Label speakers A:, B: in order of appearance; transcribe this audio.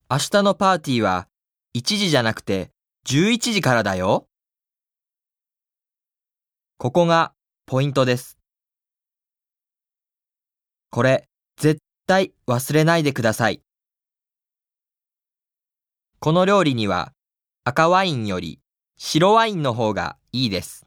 A: 明日のパーティーは1時じゃなくて11時からだよ。ここがポイントです。これ絶対忘れないでください。この料理には赤ワインより白ワインの方がいいです。